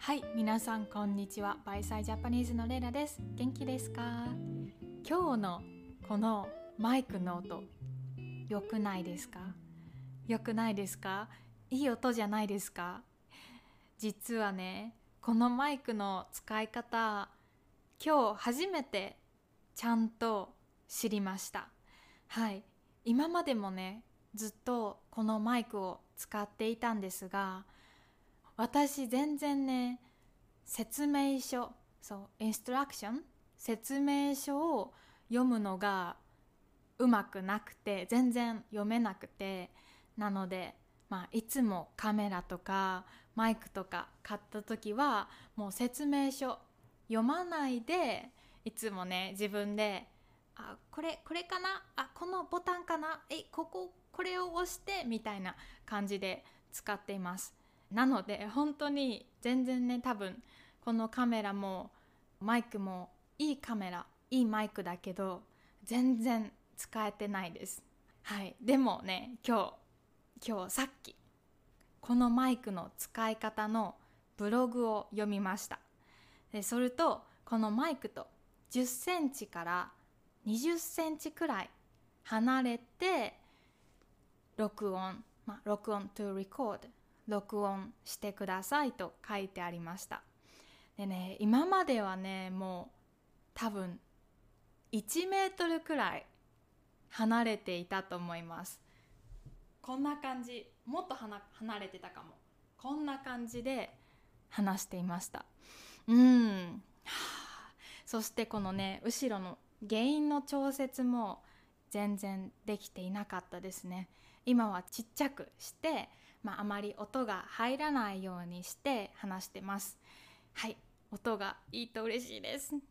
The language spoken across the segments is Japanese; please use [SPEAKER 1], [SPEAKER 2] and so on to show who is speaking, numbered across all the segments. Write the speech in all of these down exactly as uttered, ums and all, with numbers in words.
[SPEAKER 1] はい、皆さんこんにちは。バイサイジャパニーズのレイラです。元気ですか？今日のこのマイクの音、良くないですか？良くないですか？いい音じゃないですか？実はね、このマイクの使い方、今日初めてちゃんと知りました。はい、今までもね、ずっとこのマイクを使っていたんですが、私全然ね、説明書、そう、インストラクション、説明書を読むのがうまくなくて、全然読めなくて、なので、まあ、いつもカメラとかマイクとか買った時はもう説明書読まないで、いつもね自分であこれこれかな、あこのボタンかな、えこここれを押してみたいな感じで使っています。なので本当に全然ね、多分このカメラもマイクもいいカメラいいマイクだけど全然使えてないです。はい、でもね、今日今日さっきこのマイクの使い方のブログを読みました。でそれとこのマイクとじゅっセンチからにじゅっセンチくらい離れて録音、まあ、録音 to record 録音してくださいと書いてありました。でね、今まではね、もう多分いちメートルくらい離れていたと思います。こんな感じ、もっと離れてたかも。こんな感じで話していました。うん。そしてこのね、後ろの原因の調節も全然できていなかったですね。今はちっちゃくして、まあ、あまり音が入らないようにして話してます。はい、音がいいと嬉しいです。はい。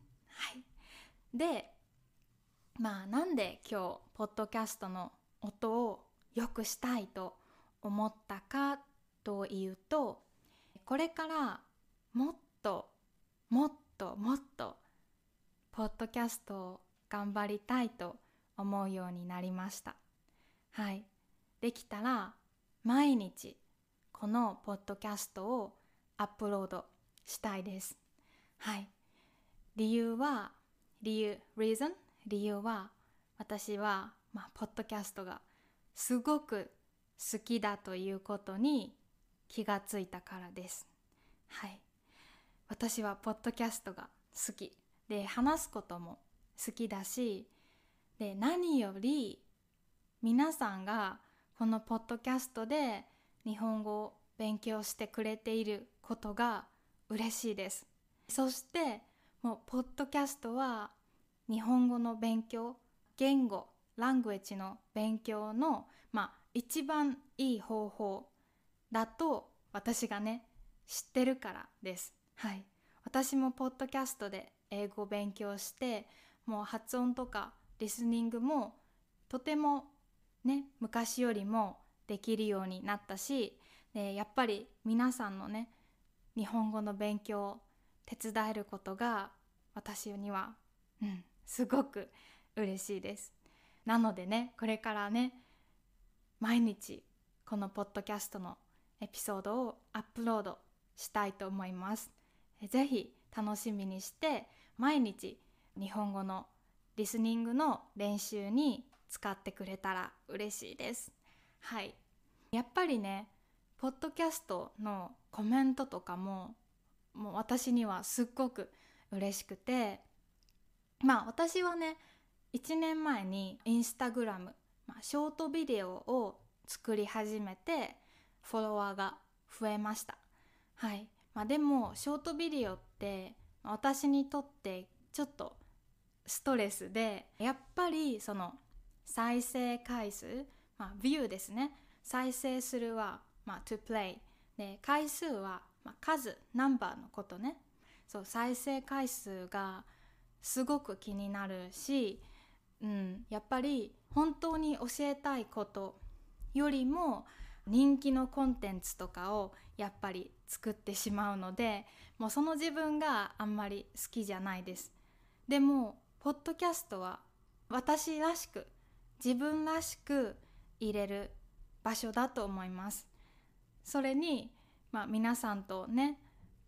[SPEAKER 1] で、まあなんで今日ポッドキャストの音を良くしたいと思ったかというと、これからもっともっともっとポッドキャストを頑張りたいと思うようになりました。はい。できたら毎日このポッドキャストをアップロードしたいです。はい。理由は、理由、reason 理由は、私は、まあ、ポッドキャストがすごく好きだということに気がついたからです。はい。私はポッドキャストが好きで、話すことも好きだし、で、何より皆さんがこのポッドキャストで日本語を勉強してくれていることが嬉しいです。そしてもうポッドキャストは日本語の勉強、言語、ラングエッジの勉強の、まあ、一番いい方法だと私がね知ってるからです。はい。私もポッドキャストで英語を勉強して、もう発音とかリスニングもとてもね昔よりもできるようになったし、でやっぱり皆さんのね日本語の勉強を手伝えることが私には、うん、すごく嬉しいです。なのでね、これからね毎日このポッドキャストのエピソードをアップロードしたいと思います。ぜひ楽しみにして毎日日本語のリスニングの練習に使ってくれたら嬉しいです。はい。やっぱりね、ポッドキャストのコメントとかももう私にはすっごく嬉しくて、まあ私はねいちねんまえにインスタグラム、まあ、ショートビデオを作り始めてフォロワーが増えました。はい。まあでもショートビデオって私にとってちょっとストレスで、やっぱりその再生回数、まあビューですね。再生するは、まあ to play で、回数は、まあ、数、ナンバーのことね。そう、再生回数がすごく気になるし、うん、やっぱり本当に教えたいことよりも人気のコンテンツとかをやっぱり作ってしまうので、もうその自分があんまり好きじゃないです。でもポッドキャストは私らしく自分らしく入れる場所だと思います。それに、まあ、皆さんとね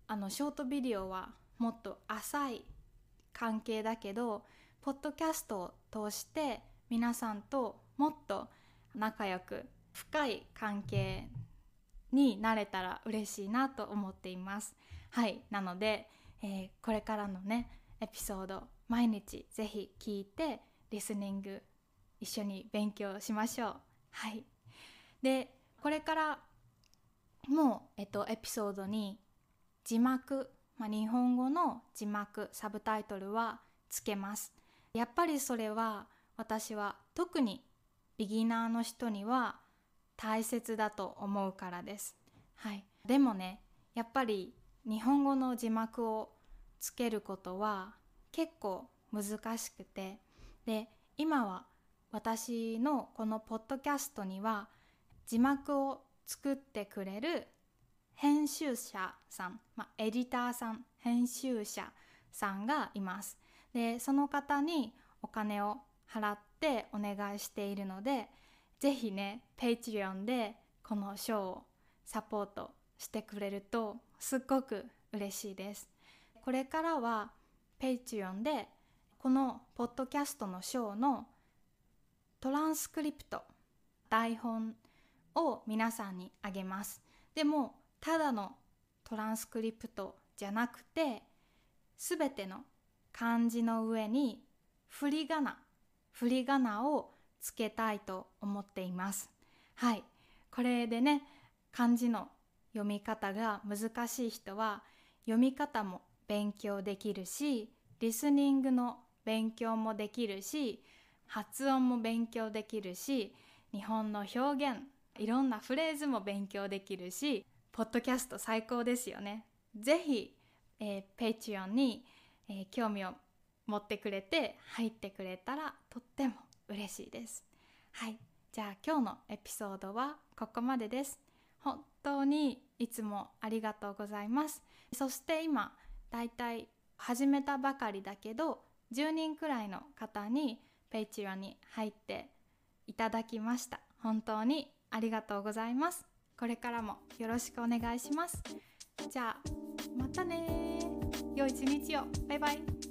[SPEAKER 1] あのショートビデオはもっと浅い関係だけど、ポッドキャストを通して皆さんともっと仲良く深い関係になれたら嬉しいなと思っています。はい、なので、えー、これからのねエピソード毎日ぜひ聞いてリスニング一緒に勉強しましょう。はい。で、これからもう、えっと、エピソードに字幕、まあ、日本語の字幕サブタイトルはつけます。やっぱりそれは私は特にビギナーの人には大切だと思うからです。はい。でもね、やっぱり日本語の字幕をつけることは結構難しくて、で、今は私のこのポッドキャストには字幕を作ってくれる編集者さん、まあ、エディターさん、編集者さんがいます。で、その方にお金を払ってお願いしているので、ぜひね、Patreon でこのショーをサポートしてくれるとすっごく嬉しいです。これからは Patreon でこのポッドキャストのショーのトランスクリプト、台本を皆さんにあげます。でもただのトランスクリプトじゃなくて、すべての漢字の上に振り仮名、振り仮名をつけたいと思っています。はい、これでね、漢字の読み方が難しい人は読み方も勉強できるし、リスニングの勉強もできるし、発音も勉強できるし、日本の表現、いろんなフレーズも勉強できるし、ポッドキャスト最高ですよね。ぜひ、えー、Patreon に、えー、興味を持ってくれて入ってくれたらとっても嬉しいです。はい、じゃあ今日のエピソードはここまでです。本当にいつもありがとうございます。そして今だいたい始めたばかりだけどじゅうにんくらいの方に Patreon に入っていただきました。本当にありがとうございます。これからもよろしくお願いします。じゃあまたね。良い一日を。バイバイ。